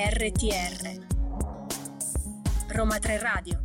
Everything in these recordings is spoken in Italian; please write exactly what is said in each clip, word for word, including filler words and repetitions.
R T R Roma tre Radio.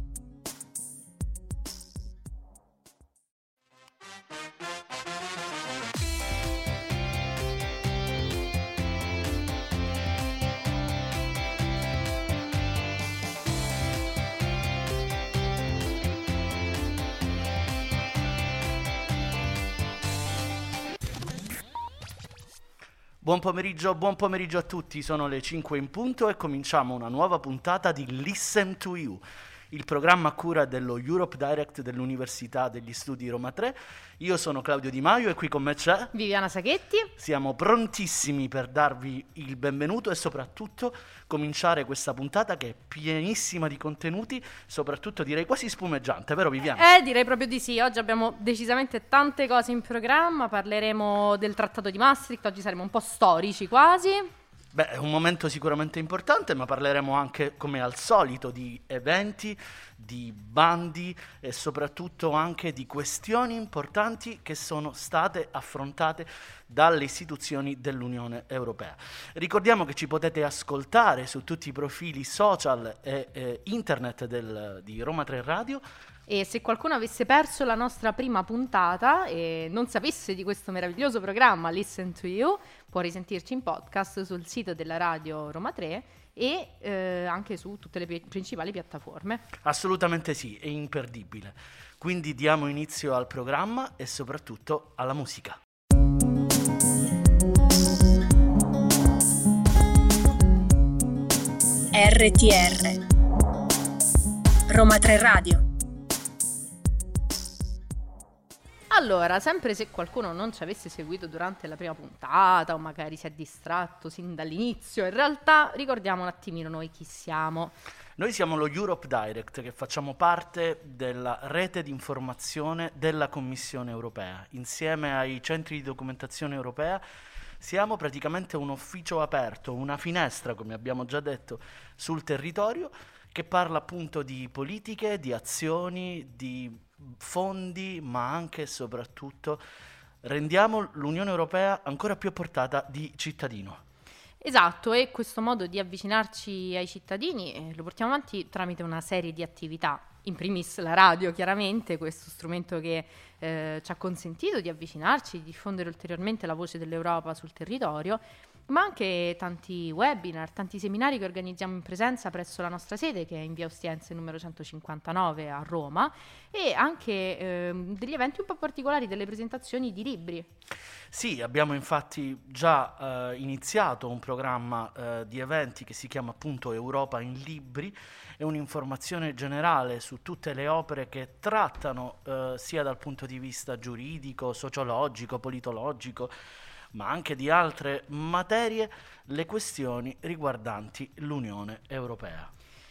Buon pomeriggio, buon pomeriggio a tutti, sono le cinque in punto e cominciamo una nuova puntata di Listen to You, il programma a cura dello Europe Direct dell'Università degli Studi Roma tre. Io sono Claudio Di Maio e qui con me c'è Viviana Saghetti. Siamo prontissimi per darvi il benvenuto e soprattutto cominciare questa puntata che è pienissima di contenuti, soprattutto direi quasi spumeggiante, vero Viviana? Eh, direi proprio di sì. Oggi abbiamo decisamente tante cose in programma, parleremo del Trattato di Maastricht, oggi saremo un po' storici quasi. Beh, è un momento sicuramente importante, ma parleremo anche, come al solito, di eventi, di bandi e soprattutto anche di questioni importanti che sono state affrontate dalle istituzioni dell'Unione Europea. Ricordiamo che ci potete ascoltare su tutti i profili social e eh, internet del, di Roma tre Radio. E se qualcuno avesse perso la nostra prima puntata e non sapesse di questo meraviglioso programma Listen to You, può risentirci in podcast sul sito della radio Roma tre e eh, anche su tutte le pi- principali piattaforme. Assolutamente sì, è imperdibile. Quindi diamo inizio al programma e soprattutto alla musica. R T R Roma tre Radio. Allora, sempre se qualcuno non ci avesse seguito durante la prima puntata o magari si è distratto sin dall'inizio, in realtà ricordiamo un attimino noi chi siamo. Noi siamo lo Europe Direct, che facciamo parte della rete di informazione della Commissione Europea. Insieme ai centri di documentazione europea siamo praticamente un ufficio aperto, una finestra, come abbiamo già detto, sul territorio, che parla appunto di politiche, di azioni, di fondi, ma anche e soprattutto rendiamo l'Unione Europea ancora più a portata di cittadino. Esatto, e questo modo di avvicinarci ai cittadini eh, lo portiamo avanti tramite una serie di attività, in primis la radio chiaramente, questo strumento che eh, ci ha consentito di avvicinarci, di diffondere ulteriormente la voce dell'Europa sul territorio, ma anche tanti webinar, tanti seminari che organizziamo in presenza presso la nostra sede, che è in via Ostiense numero centocinquantanove a Roma, e anche eh, degli eventi un po' particolari, delle presentazioni di libri. Sì, abbiamo infatti già eh, iniziato un programma eh, di eventi che si chiama appunto Europa in Libri, è un'informazione generale su tutte le opere che trattano eh, sia dal punto di vista giuridico, sociologico, politologico, ma anche di altre materie, le questioni riguardanti l'Unione Europea.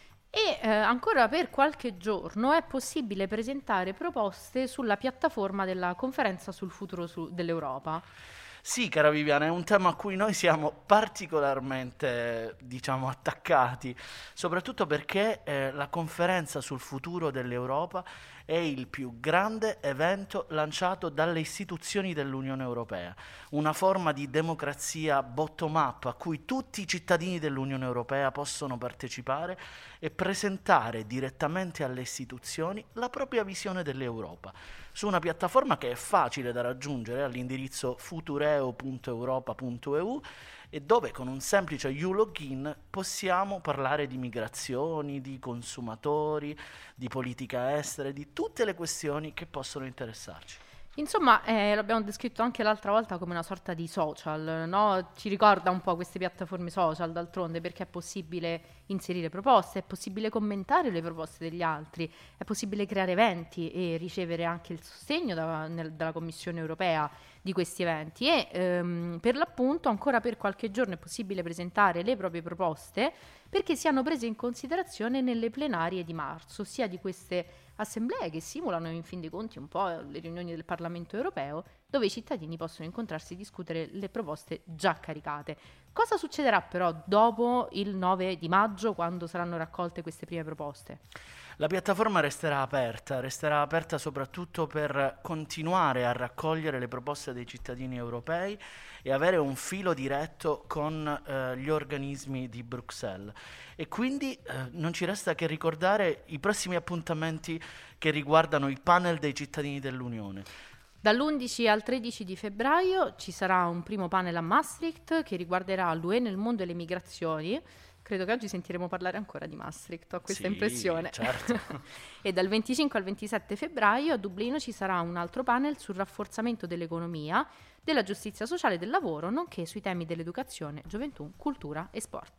E eh, ancora per qualche giorno è possibile presentare proposte sulla piattaforma della conferenza sul futuro su- dell'Europa. Sì, cara Viviana, è un tema a cui noi siamo particolarmente, diciamo, attaccati, soprattutto perché eh, la conferenza sul futuro dell'Europa è il più grande evento lanciato dalle istituzioni dell'Unione Europea, una forma di democrazia bottom-up a cui tutti i cittadini dell'Unione Europea possono partecipare e presentare direttamente alle istituzioni la propria visione dell'Europa, su una piattaforma che è facile da raggiungere all'indirizzo futureo punto europa punto e u e dove con un semplice U-Login possiamo parlare di migrazioni, di consumatori, di politica estera, di tutte le questioni che possono interessarci. Insomma, eh, l'abbiamo descritto anche l'altra volta come una sorta di social, no? Ci ricorda un po' queste piattaforme social, d'altronde, perché è possibile inserire proposte, è possibile commentare le proposte degli altri, è possibile creare eventi e ricevere anche il sostegno da, nel, dalla Commissione Europea di questi eventi e ehm, per l'appunto ancora per qualche giorno è possibile presentare le proprie proposte perché siano prese in considerazione nelle plenarie di marzo, sia di queste assemblee che simulano in fin dei conti un po' le riunioni del Parlamento europeo, dove i cittadini possono incontrarsi e discutere le proposte già caricate. Cosa succederà però dopo il nove di maggio, quando saranno raccolte queste prime proposte? La piattaforma resterà aperta, resterà aperta soprattutto per continuare a raccogliere le proposte dei cittadini europei e avere un filo diretto con eh, gli organismi di Bruxelles. E quindi eh, non ci resta che ricordare i prossimi appuntamenti che riguardano i panel dei cittadini dell'Unione. Dall'undici al tredici di febbraio ci sarà un primo panel a Maastricht che riguarderà l'U E nel mondo e le migrazioni. Credo che oggi sentiremo parlare ancora di Maastricht, ho questa sì, impressione. Certo. E dal venticinque al ventisette febbraio a Dublino ci sarà un altro panel sul rafforzamento dell'economia, della giustizia sociale e del lavoro, nonché sui temi dell'educazione, gioventù, cultura e sport.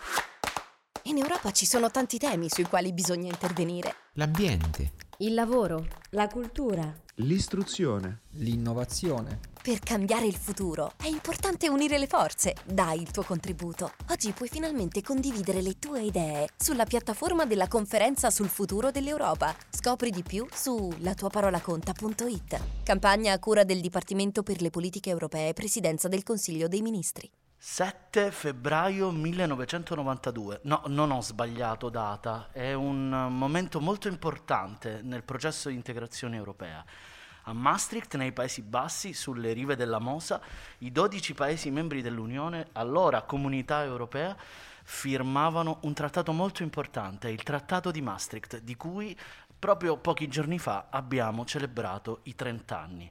In Europa ci sono tanti temi sui quali bisogna intervenire. L'ambiente, il lavoro, la cultura, l'istruzione, l'innovazione. Per cambiare il futuro è importante unire le forze. Dai il tuo contributo. Oggi puoi finalmente condividere le tue idee sulla piattaforma della Conferenza sul futuro dell'Europa. Scopri di più su la tua parola conta punto it. Campagna a cura del Dipartimento per le politiche europee, Presidenza del Consiglio dei Ministri. sette febbraio millenovecentonovantadue. No, non ho sbagliato data. È un momento molto importante nel processo di integrazione europea. A Maastricht, nei Paesi Bassi, sulle rive della Mosa, i dodici Paesi membri dell'Unione, allora Comunità Europea, firmavano un trattato molto importante, il Trattato di Maastricht, di cui proprio pochi giorni fa abbiamo celebrato i trenta anni.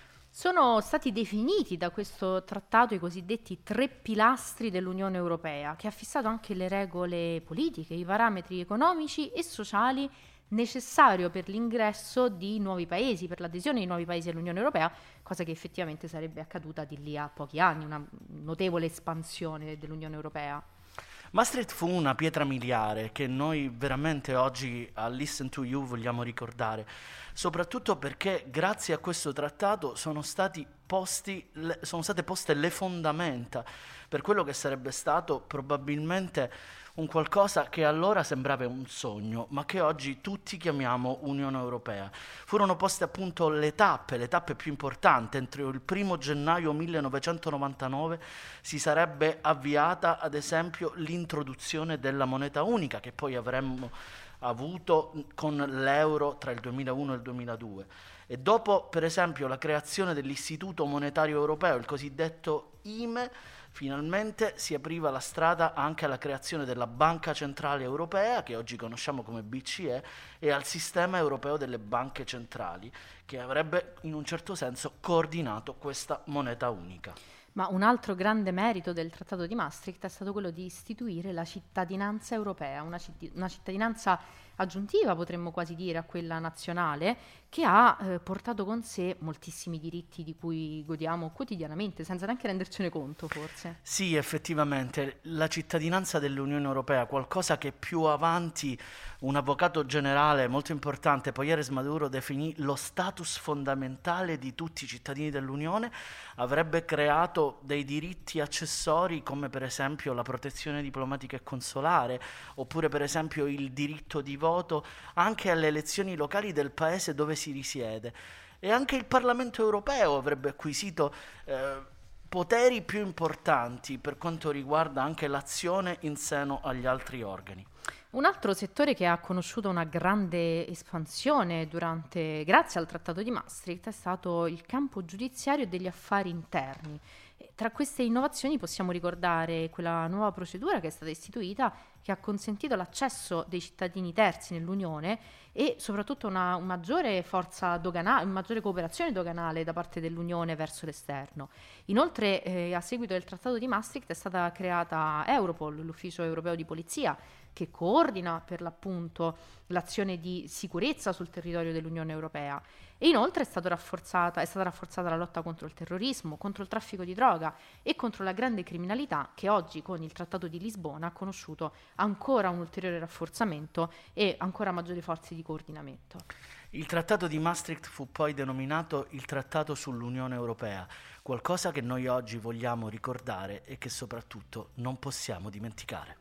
Sono stati definiti da questo trattato i cosiddetti tre pilastri dell'Unione Europea, che ha fissato anche le regole politiche, i parametri economici e sociali necessario per l'ingresso di nuovi paesi, per l'adesione di nuovi paesi all'Unione Europea, cosa che effettivamente sarebbe accaduta di lì a pochi anni, una notevole espansione dell'Unione Europea. Maastricht fu una pietra miliare che noi veramente oggi a Listen to You vogliamo ricordare, soprattutto perché grazie a questo trattato sono stati posti, le, sono state poste le fondamenta per quello che sarebbe stato probabilmente un qualcosa che allora sembrava un sogno, ma che oggi tutti chiamiamo Unione Europea. Furono poste appunto le tappe, le tappe più importanti. Entro il primo gennaio millenovecentonovantanove si sarebbe avviata, ad esempio, l'introduzione della moneta unica, che poi avremmo avuto con l'euro tra il duemilauno e il duemiladue. E dopo, per esempio, la creazione dell'Istituto Monetario Europeo, il cosiddetto I M E, finalmente si apriva la strada anche alla creazione della Banca Centrale Europea, che oggi conosciamo come B C E, e al Sistema Europeo delle Banche Centrali, che avrebbe in un certo senso coordinato questa moneta unica. Ma un altro grande merito del Trattato di Maastricht è stato quello di istituire la cittadinanza europea, una, citt- una cittadinanza aggiuntiva, potremmo quasi dire, a quella nazionale, che ha eh, portato con sé moltissimi diritti di cui godiamo quotidianamente, senza neanche rendercene conto, forse. Sì, effettivamente, la cittadinanza dell'Unione Europea, qualcosa che più avanti un avvocato generale molto importante, Poyeres Maduro, definì lo status fondamentale di tutti i cittadini dell'Unione, avrebbe creato dei diritti accessori come per esempio la protezione diplomatica e consolare, oppure per esempio il diritto di voto anche alle elezioni locali del paese dove si risiede. E anche il Parlamento europeo avrebbe acquisito eh, poteri più importanti per quanto riguarda anche l'azione in seno agli altri organi. Un altro settore che ha conosciuto una grande espansione durante, grazie al Trattato di Maastricht, è stato il campo giudiziario e degli affari interni. E tra queste innovazioni possiamo ricordare quella nuova procedura che è stata istituita, che ha consentito l'accesso dei cittadini terzi nell'Unione e soprattutto una, una maggiore forza doganale, una maggiore cooperazione doganale da parte dell'Unione verso l'esterno. Inoltre, eh, a seguito del Trattato di Maastricht è stata creata Europol, l'Ufficio Europeo di Polizia, che coordina per l'appunto l'azione di sicurezza sul territorio dell'Unione Europea. E inoltre è stata rafforzata, è stata rafforzata la lotta contro il terrorismo, contro il traffico di droga e contro la grande criminalità, che oggi con il Trattato di Lisbona ha conosciuto ancora un ulteriore rafforzamento e ancora maggiori forze di coordinamento. Il Trattato di Maastricht fu poi denominato il Trattato sull'Unione Europea, qualcosa che noi oggi vogliamo ricordare e che soprattutto non possiamo dimenticare.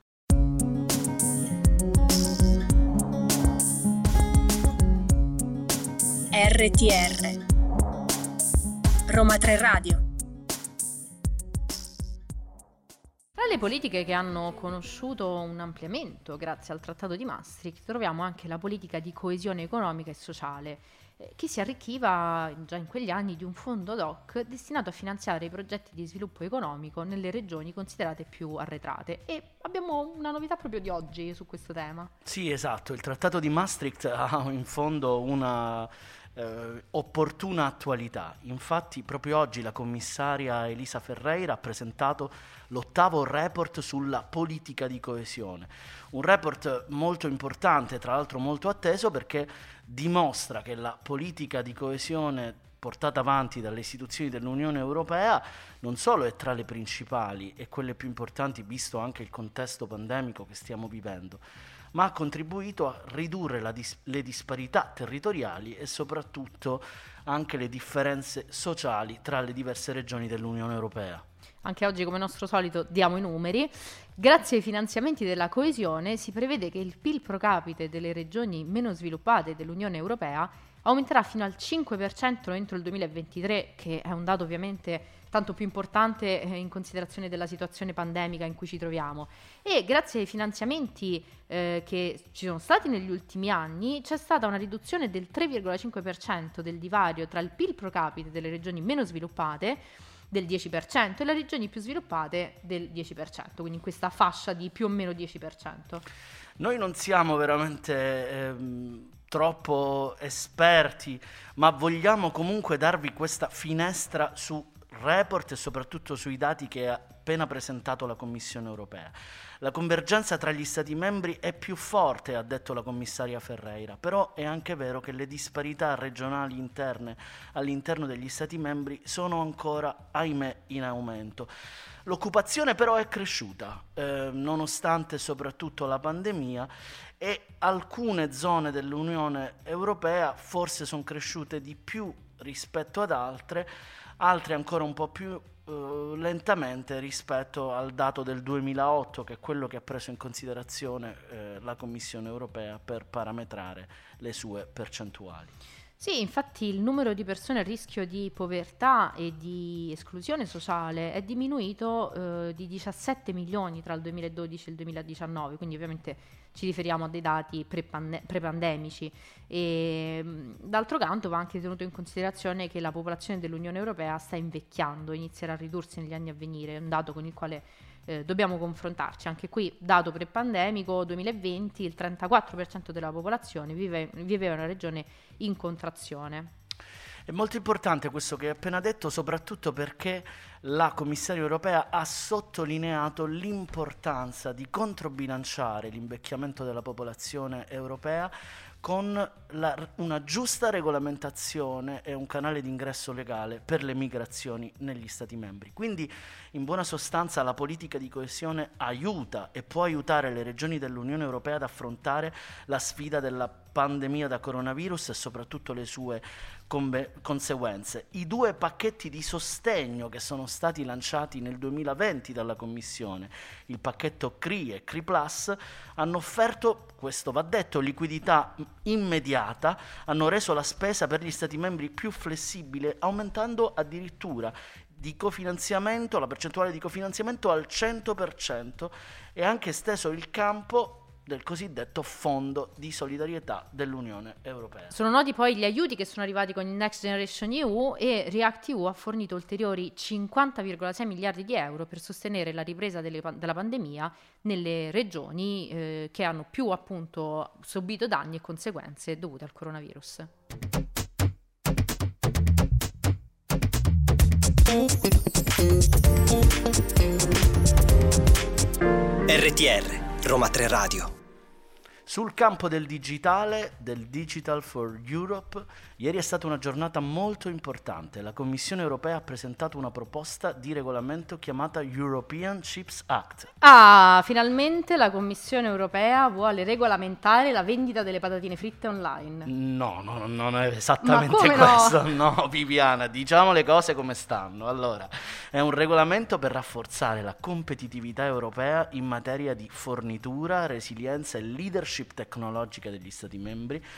R T R Roma tre Radio. Tra le politiche che hanno conosciuto un ampliamento grazie al Trattato di Maastricht troviamo anche la politica di coesione economica e sociale, eh, che si arricchiva già in quegli anni di un fondo ad hoc destinato a finanziare i progetti di sviluppo economico nelle regioni considerate più arretrate. E abbiamo una novità proprio di oggi su questo tema. Sì, esatto, il Trattato di Maastricht ha in fondo una eh, opportuna attualità. Infatti proprio oggi la commissaria Elisa Ferreira ha presentato l'ottavo report sulla politica di coesione, un report molto importante, tra l'altro molto atteso, perché dimostra che la politica di coesione portata avanti dalle istituzioni dell'Unione Europea non solo è tra le principali e quelle più importanti, visto anche il contesto pandemico che stiamo vivendo, ma ha contribuito a ridurre la dis- le disparità territoriali e soprattutto anche le differenze sociali tra le diverse regioni dell'Unione Europea. Anche oggi, come nostro solito, diamo i numeri. Grazie ai finanziamenti della coesione si prevede che il P I L pro capite delle regioni meno sviluppate dell'Unione Europea aumenterà fino al cinque per cento entro il duemilaventitré, che è un dato ovviamente tanto più importante eh, in considerazione della situazione pandemica in cui ci troviamo. E grazie ai finanziamenti eh, che ci sono stati negli ultimi anni c'è stata una riduzione del tre virgola cinque per cento del divario tra il P I L pro capite delle regioni meno sviluppate del dieci per cento e le regioni più sviluppate del dieci per cento, quindi in questa fascia di più o meno dieci per cento. Noi non siamo veramente ehm, troppo esperti, ma vogliamo comunque darvi questa finestra su report e soprattutto sui dati che ha appena presentato la Commissione Europea. La convergenza tra gli Stati membri è più forte, ha detto la commissaria Ferreira, però è anche vero che le disparità regionali interne all'interno degli Stati membri sono ancora, ahimè, in aumento. L'occupazione però è cresciuta, eh, nonostante soprattutto la pandemia, e alcune zone dell'Unione Europea forse sono cresciute di più rispetto ad altre, altre ancora un po' più Uh, lentamente rispetto al dato del duemilaotto, che è quello che ha preso in considerazione eh, la Commissione Europea per parametrare le sue percentuali. Sì, infatti il numero di persone a rischio di povertà e di esclusione sociale è diminuito eh, di diciassette milioni tra il duemiladodici e il duemiladiciannove, quindi ovviamente ci riferiamo a dei dati prepande- prepandemici. E d'altro canto va anche tenuto in considerazione che la popolazione dell'Unione Europea sta invecchiando, inizierà a ridursi negli anni a venire, è un dato con il quale eh, dobbiamo confrontarci. Anche qui, dato prepandemico, duemilaventi, il trentaquattro per cento della popolazione vive, viveva in una regione in contrazione. È molto importante questo che hai appena detto, soprattutto perché la Commissaria Europea ha sottolineato l'importanza di controbilanciare l'invecchiamento della popolazione europea con la, una giusta regolamentazione e un canale di ingresso legale per le migrazioni negli Stati membri. Quindi, in buona sostanza, la politica di coesione aiuta e può aiutare le regioni dell'Unione Europea ad affrontare la sfida della pandemia da coronavirus e soprattutto le sue combe- conseguenze. I due pacchetti di sostegno che sono stati lanciati nel duemilaventi dalla Commissione, il pacchetto C R I e C R I Plus, hanno offerto, questo va detto, liquidità immediata, hanno reso la spesa per gli Stati membri più flessibile, aumentando addirittura di cofinanziamento, la percentuale di cofinanziamento al cento per cento, e anche esteso il campo del cosiddetto Fondo di solidarietà dell'Unione Europea. Sono noti poi gli aiuti che sono arrivati con il Next Generation E U, e React E U ha fornito ulteriori cinquanta virgola sei miliardi di euro per sostenere la ripresa delle, della pandemia nelle regioni eh, che hanno più appunto subito danni e conseguenze dovute al coronavirus. R T R Roma tre Radio. Sul campo del digitale, del Digital for Europe, ieri è stata una giornata molto importante. La Commissione Europea ha presentato una proposta di regolamento chiamata European Chips Act. Ah, finalmente la Commissione Europea vuole regolamentare la vendita delle patatine fritte online. No, no, non è esattamente Ma come questo. no? No, Viviana, diciamo le cose come stanno. Allora, è un regolamento per rafforzare la competitività europea in materia di fornitura, resilienza e leadership tecnologica degli Stati membri,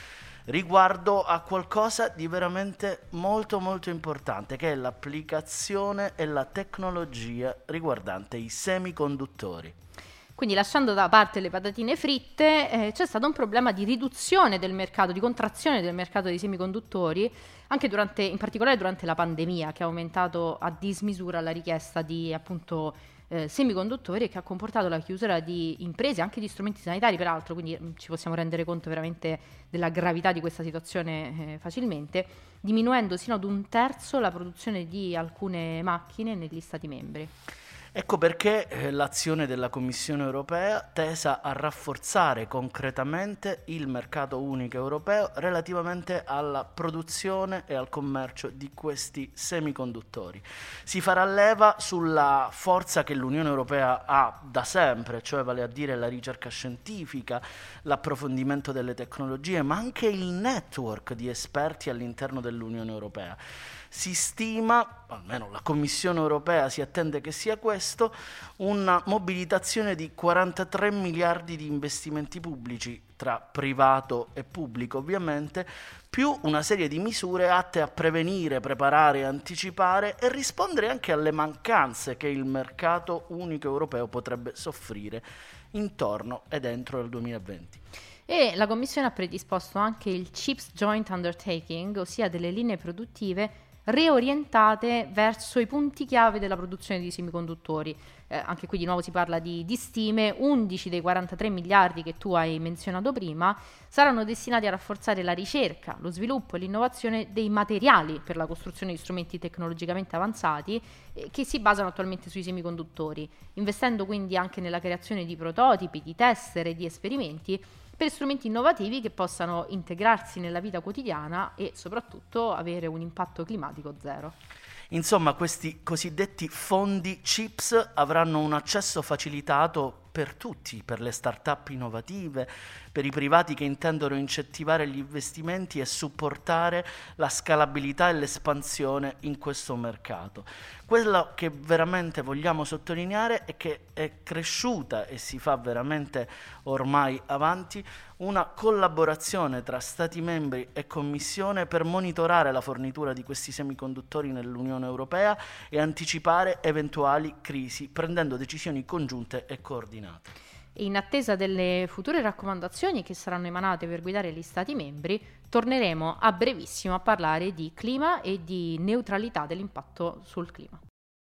riguardo a qualcosa di veramente molto molto importante, che è l'applicazione e la tecnologia riguardante i semiconduttori. Quindi, lasciando da parte le patatine fritte, eh, c'è stato un problema di riduzione del mercato, di contrazione del mercato dei semiconduttori, anche durante, in particolare durante la pandemia, che ha aumentato a dismisura la richiesta di appunto eh, semiconduttori e che ha comportato la chiusura di imprese, anche di strumenti sanitari peraltro, quindi mh, ci possiamo rendere conto veramente della gravità di questa situazione eh, facilmente, diminuendo sino ad un terzo la produzione di alcune macchine negli Stati membri. Ecco perché eh, l'azione della Commissione europea tesa a rafforzare concretamente il mercato unico europeo relativamente alla produzione e al commercio di questi semiconduttori. Si farà leva sulla forza che l'Unione Europea ha da sempre, cioè vale a dire la ricerca scientifica, l'approfondimento delle tecnologie, ma anche il network di esperti all'interno dell'Unione Europea. Si stima, almeno la Commissione europea si attende che sia questo, una mobilitazione di quarantatré miliardi di investimenti pubblici tra privato e pubblico ovviamente, più una serie di misure atte a prevenire, preparare, anticipare e rispondere anche alle mancanze che il mercato unico europeo potrebbe soffrire intorno e dentro il duemilaventi. E la Commissione ha predisposto anche il CHIPS Joint Undertaking, ossia delle linee produttive riorientate verso i punti chiave della produzione di semiconduttori. Eh, anche qui di nuovo si parla di, di stime, undici dei quarantatré miliardi che tu hai menzionato prima saranno destinati a rafforzare la ricerca, lo sviluppo e l'innovazione dei materiali per la costruzione di strumenti tecnologicamente avanzati eh, che si basano attualmente sui semiconduttori, investendo quindi anche nella creazione di prototipi, di tester e di esperimenti per strumenti innovativi che possano integrarsi nella vita quotidiana e soprattutto avere un impatto climatico zero. Insomma, questi cosiddetti fondi CHIPS avranno un accesso facilitato per tutti, per le start-up innovative, per i privati che intendono incentivare gli investimenti e supportare la scalabilità e l'espansione in questo mercato. Quello che veramente vogliamo sottolineare è che è cresciuta e si fa veramente ormai avanti una collaborazione tra Stati membri e Commissione per monitorare la fornitura di questi semiconduttori nell'Unione Europea e anticipare eventuali crisi, prendendo decisioni congiunte e coordinate. E in attesa delle future raccomandazioni che saranno emanate per guidare gli Stati membri, torneremo a brevissimo a parlare di clima e di neutralità dell'impatto sul clima.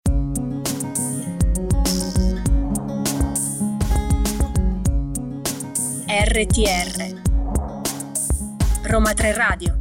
R T R Roma tre Radio.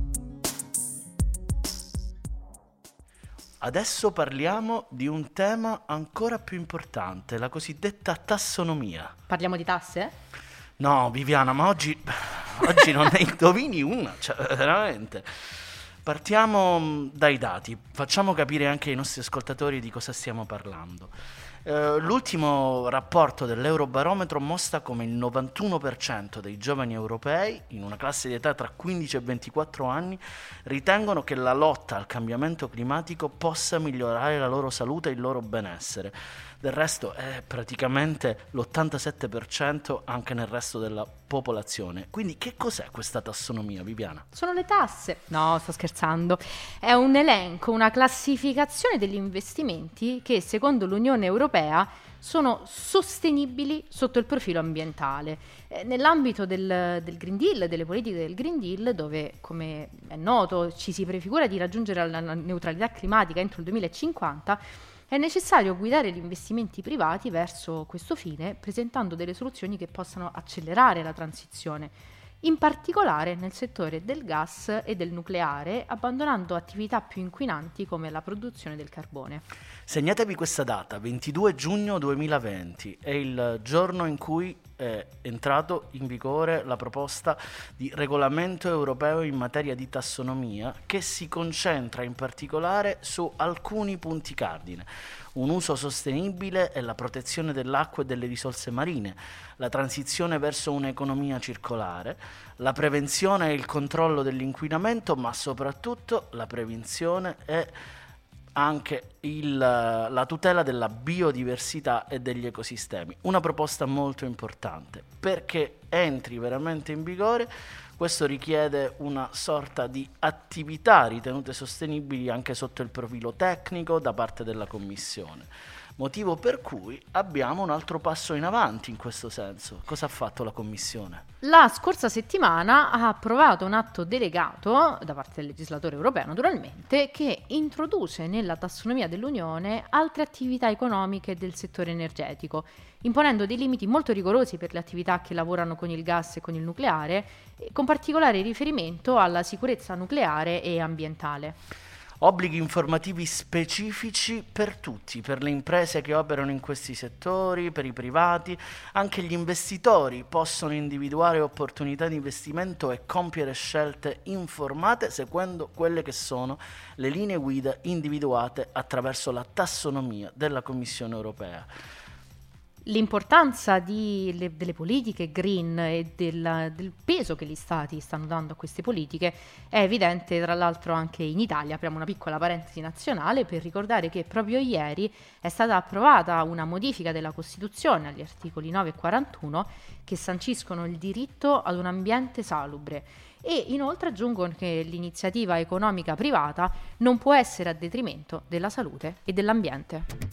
Adesso parliamo di un tema ancora più importante, la cosiddetta tassonomia. Parliamo di tasse? No, Viviana, ma oggi, oggi non ne indovini una, cioè veramente. Partiamo dai dati, facciamo capire anche ai nostri ascoltatori di cosa stiamo parlando. Uh, l'ultimo rapporto dell'Eurobarometro mostra come il novantuno per cento dei giovani europei in una classe di età tra quindici e ventiquattro anni ritengono che la lotta al cambiamento climatico possa migliorare la loro salute e il loro benessere. Del resto è praticamente l'ottantasette per cento anche nel resto della popolazione. Quindi che cos'è questa tassonomia, Viviana? Sono le tasse. No, sto scherzando. È un elenco, una classificazione degli investimenti che secondo l'Unione Europea sono sostenibili sotto il profilo ambientale. Eh, nell'ambito del, del Green Deal, delle politiche del Green Deal, dove, come è noto, ci si prefigura di raggiungere la, la neutralità climatica entro il duemilacinquanta, è necessario guidare gli investimenti privati verso questo fine, presentando delle soluzioni che possano accelerare la transizione, in particolare nel settore del gas e del nucleare, abbandonando attività più inquinanti come la produzione del carbone. Segnatevi questa data, ventidue giugno duemilaventi, è il giorno in cui è entrato in vigore la proposta di regolamento europeo in materia di tassonomia, che si concentra in particolare su alcuni punti cardine: un uso sostenibile e la protezione dell'acqua e delle risorse marine, la transizione verso un'economia circolare, la prevenzione e il controllo dell'inquinamento, ma soprattutto la prevenzione e anche il, la tutela della biodiversità e degli ecosistemi. Una proposta molto importante perché entri veramente in vigore Questo richiede una sorta di attività ritenute sostenibili anche sotto il profilo tecnico da parte della Commissione. Motivo per cui abbiamo un altro passo in avanti in questo senso. Cosa ha fatto la Commissione? La scorsa settimana ha approvato un atto delegato, da parte del legislatore europeo naturalmente, che introduce nella tassonomia dell'Unione altre attività economiche del settore energetico, imponendo dei limiti molto rigorosi per le attività che lavorano con il gas e con il nucleare, con particolare riferimento alla sicurezza nucleare e ambientale. Obblighi informativi specifici per tutti, per le imprese che operano in questi settori, per i privati. Anche gli investitori possono individuare opportunità di investimento e compiere scelte informate seguendo quelle che sono le linee guida individuate attraverso la tassonomia della Commissione europea. L'importanza di, le, delle politiche green e del, del peso che gli stati stanno dando a queste politiche è evidente tra l'altro anche in Italia. Apriamo una piccola parentesi nazionale per ricordare che proprio ieri è stata approvata una modifica della Costituzione agli articoli nove e quarantuno che sanciscono il diritto ad un ambiente salubre e inoltre aggiungono che l'iniziativa economica privata non può essere a detrimento della salute e dell'ambiente.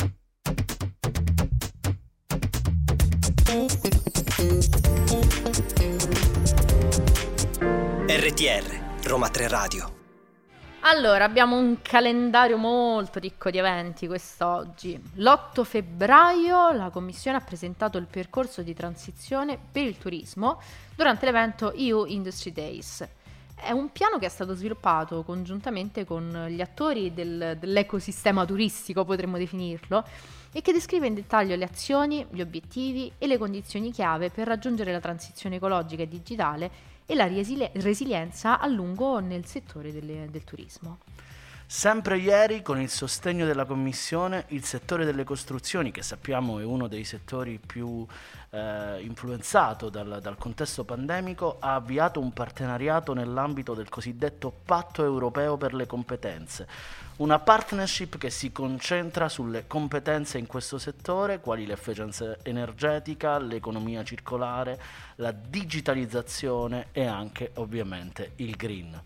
R T R, Roma tre Radio. Allora, abbiamo un calendario molto ricco di eventi quest'oggi. L'otto febbraio la Commissione ha presentato il percorso di transizione per il turismo durante l'evento E U Industry Days. È un piano che è stato sviluppato congiuntamente con gli attori del, dell'ecosistema turistico, potremmo definirlo, e che descrive in dettaglio le azioni, gli obiettivi e le condizioni chiave per raggiungere la transizione ecologica e digitale e la resili- resilienza a lungo nel settore delle, del turismo. Sempre ieri, con il sostegno della Commissione, il settore delle costruzioni, che sappiamo è uno dei settori più eh, influenzato dal, dal contesto pandemico, ha avviato un partenariato nell'ambito del cosiddetto Patto Europeo per le Competenze, una partnership che si concentra sulle competenze in questo settore, quali l'efficienza energetica, l'economia circolare, la digitalizzazione e anche ovviamente il green.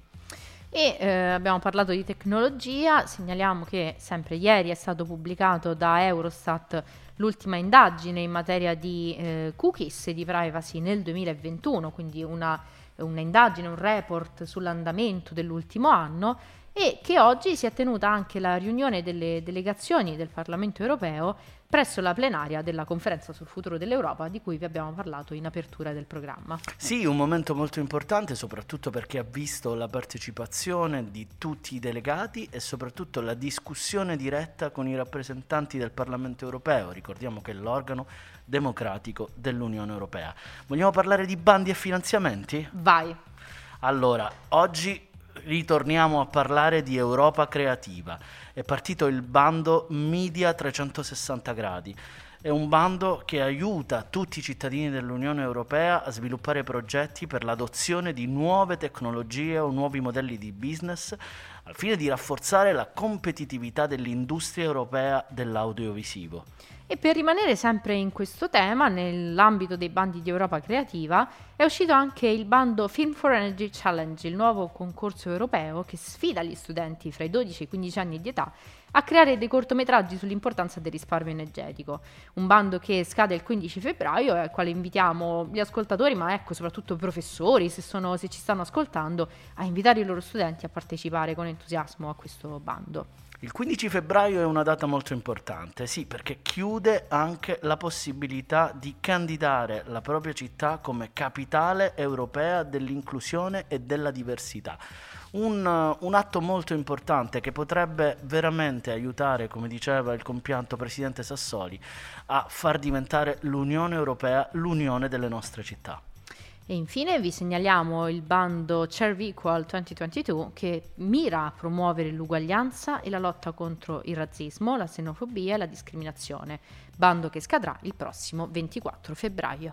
E eh, abbiamo parlato di tecnologia, segnaliamo che sempre ieri è stato pubblicato da Eurostat l'ultima indagine in materia di eh, cookies e di privacy nel duemilaventuno, quindi una, una indagine, un report sull'andamento dell'ultimo anno, e che oggi si è tenuta anche la riunione delle delegazioni del Parlamento europeo presso la plenaria della conferenza sul futuro dell'Europa di cui vi abbiamo parlato in apertura del programma. Sì, un momento molto importante soprattutto perché ha visto la partecipazione di tutti i delegati e soprattutto la discussione diretta con i rappresentanti del Parlamento europeo. Ricordiamo che è l'organo democratico dell'Unione Europea. Vogliamo parlare di bandi e finanziamenti? Vai! Allora, oggi ritorniamo a parlare di Europa Creativa. È partito il bando Media trecentosessanta gradi. È un bando che aiuta tutti i cittadini dell'Unione Europea a sviluppare progetti per l'adozione di nuove tecnologie o nuovi modelli di business al fine di rafforzare la competitività dell'industria europea dell'audiovisivo. E per rimanere sempre in questo tema, nell'ambito dei bandi di Europa Creativa, è uscito anche il bando Film for Energy Challenge, il nuovo concorso europeo che sfida gli studenti fra i dodici e i quindici anni di età a creare dei cortometraggi sull'importanza del risparmio energetico. Un bando che scade il quindici febbraio e al quale invitiamo gli ascoltatori, ma ecco soprattutto i professori, se, sono, se ci stanno ascoltando, a invitare i loro studenti a partecipare con entusiasmo a questo bando. Il quindici febbraio è una data molto importante, sì, perché chiude anche la possibilità di candidare la propria città come capitale europea dell'inclusione e della diversità. Un, un atto molto importante che potrebbe veramente aiutare, come diceva il compianto presidente Sassoli, a far diventare l'Unione Europea l'unione delle nostre città. E infine vi segnaliamo il bando CERVEqual duemilaventidue che mira a promuovere l'uguaglianza e la lotta contro il razzismo, la xenofobia e la discriminazione, bando che scadrà il prossimo ventiquattro febbraio.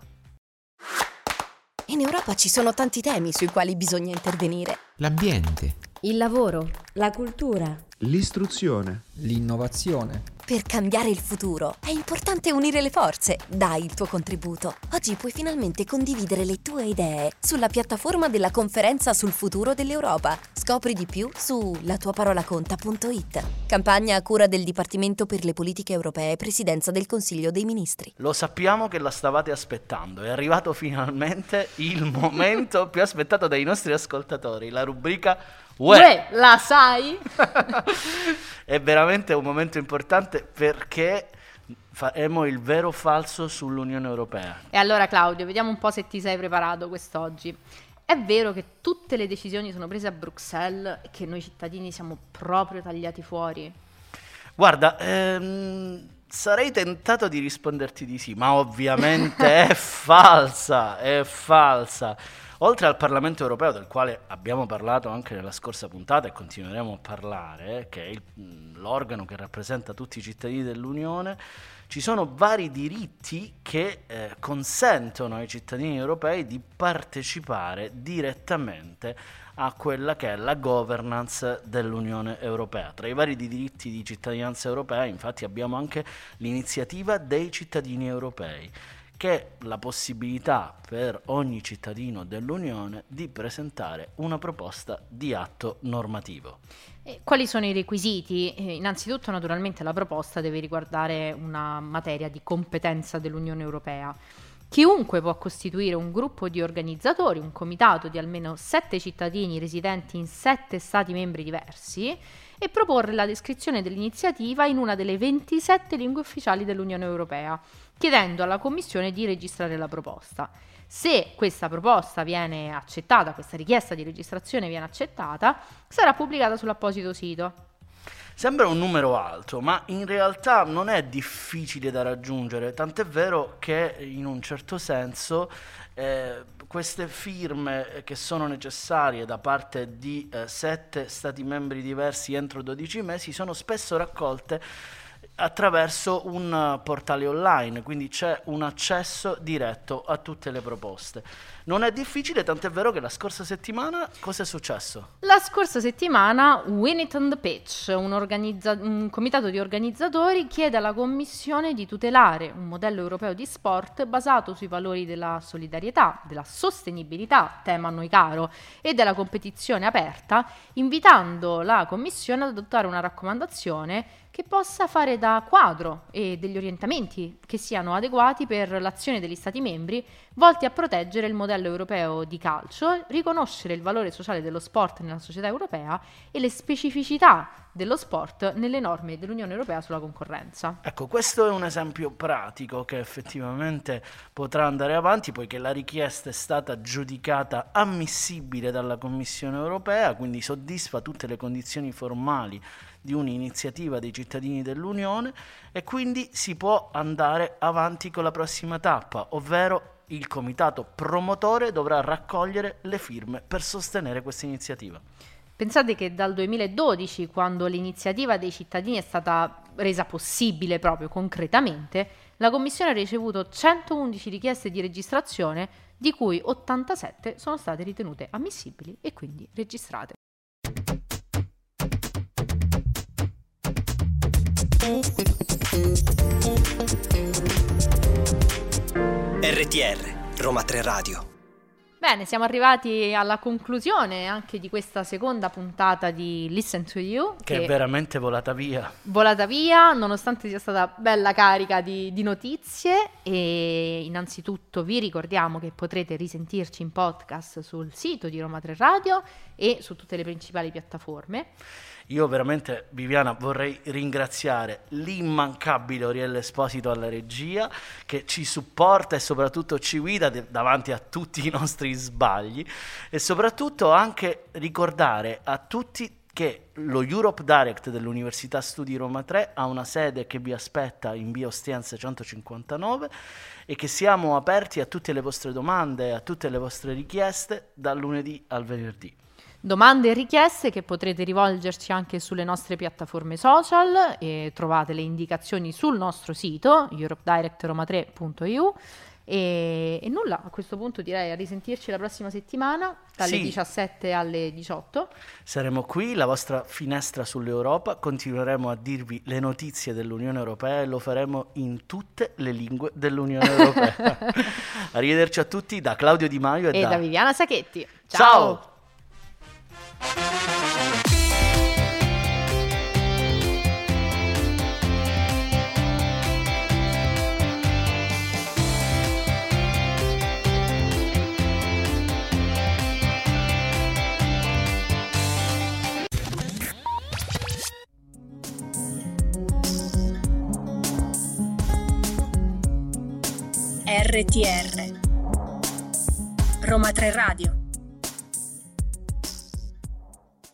In Europa ci sono tanti temi sui quali bisogna intervenire. L'ambiente, Il lavoro, la cultura, l'istruzione, l'innovazione, Per cambiare il futuro è importante unire le forze. Dai il tuo contributo. Oggi puoi finalmente condividere le tue idee sulla piattaforma della Conferenza sul futuro dell'Europa. Scopri di più su la tua parola conta punto it. Campagna a cura del Dipartimento per le Politiche Europee, Presidenza del Consiglio dei Ministri. Lo sappiamo che la stavate aspettando, è arrivato finalmente il momento più aspettato dai nostri ascoltatori, la rubrica Uè, Uè, la sai? È veramente un momento importante perché faremo il vero o falso sull'Unione Europea. E allora Claudio, vediamo un po' se ti sei preparato quest'oggi. È vero che tutte le decisioni sono prese a Bruxelles e che noi cittadini siamo proprio tagliati fuori? Guarda, ehm, sarei tentato di risponderti di sì, ma ovviamente è falsa, è falsa. Oltre al Parlamento europeo, del quale abbiamo parlato anche nella scorsa puntata e continueremo a parlare, che è il, l'organo che rappresenta tutti i cittadini dell'Unione, ci sono vari diritti che eh, consentono ai cittadini europei di partecipare direttamente a quella che è la governance dell'Unione Europea. Tra i vari diritti di cittadinanza europea, infatti, abbiamo anche l'iniziativa dei cittadini europei, che è la possibilità per ogni cittadino dell'Unione di presentare una proposta di atto normativo. E quali sono i requisiti? Eh, innanzitutto, naturalmente, la proposta deve riguardare una materia di competenza dell'Unione Europea. Chiunque può costituire un gruppo di organizzatori, un comitato di almeno sette cittadini residenti in sette Stati membri diversi e proporre la descrizione dell'iniziativa in una delle ventisette lingue ufficiali dell'Unione Europea, chiedendo alla Commissione di registrare la proposta. Se questa proposta viene accettata, questa richiesta di registrazione viene accettata, sarà pubblicata sull'apposito sito. Sembra un numero alto, ma in realtà non è difficile da raggiungere, tant'è vero che in un certo senso eh, queste firme che sono necessarie da parte di eh, sette Stati membri diversi entro dodici mesi sono spesso raccolte attraverso un portale online, quindi c'è un accesso diretto a tutte le proposte. Non è difficile, tant'è vero che la scorsa settimana cosa è successo? La scorsa settimana Win It on the Pitch, un, organizza- un comitato di organizzatori, chiede alla Commissione di tutelare un modello europeo di sport basato sui valori della solidarietà, della sostenibilità, tema a noi caro, e della competizione aperta, invitando la Commissione ad adottare una raccomandazione che possa fare da quadro e degli orientamenti che siano adeguati per l'azione degli Stati membri volti a proteggere il modello europeo di calcio, riconoscere il valore sociale dello sport nella società europea e le specificità dello sport nelle norme dell'Unione Europea sulla concorrenza. Ecco, questo è un esempio pratico che effettivamente potrà andare avanti, poiché la richiesta è stata giudicata ammissibile dalla Commissione Europea, quindi soddisfa tutte le condizioni formali di un'iniziativa dei cittadini dell'Unione e quindi si può andare avanti con la prossima tappa, ovvero il comitato promotore dovrà raccogliere le firme per sostenere questa iniziativa. Pensate che dal duemiladodici, quando l'iniziativa dei cittadini è stata resa possibile proprio concretamente, la Commissione ha ricevuto centoundici richieste di registrazione, di cui ottantasette sono state ritenute ammissibili e quindi registrate. R T R, Roma tre Radio. Bene, siamo arrivati alla conclusione anche di questa seconda puntata di Listen to You, Che, che è veramente volata via. Volata via, nonostante sia stata bella carica di, di notizie. E innanzitutto vi ricordiamo che potrete risentirci in podcast sul sito di Roma tre Radio e su tutte le principali piattaforme. Io veramente, Viviana, vorrei ringraziare l'immancabile Oriella Esposito alla regia, che ci supporta e soprattutto ci guida de- davanti a tutti i nostri sbagli, e soprattutto anche ricordare a tutti che lo Europe Direct dell'Università Studi Roma tre ha una sede che vi aspetta in via Ostiense centocinquantanove e che siamo aperti a tutte le vostre domande e a tutte le vostre richieste dal lunedì al venerdì. Domande e richieste che potrete rivolgerci anche sulle nostre piattaforme social e trovate le indicazioni sul nostro sito europe direct roma tre punto i u. E, e nulla, a questo punto direi a risentirci la prossima settimana dalle Sì. diciassette alle diciotto. Saremo qui, la vostra finestra sull'Europa, continueremo a dirvi le notizie dell'Unione Europea e lo faremo in tutte le lingue dell'Unione Europea. Arrivederci a tutti da Claudio Di Maio e, E da... da Viviana Sacchetti. Ciao! Ciao! R T R Roma tre Radio.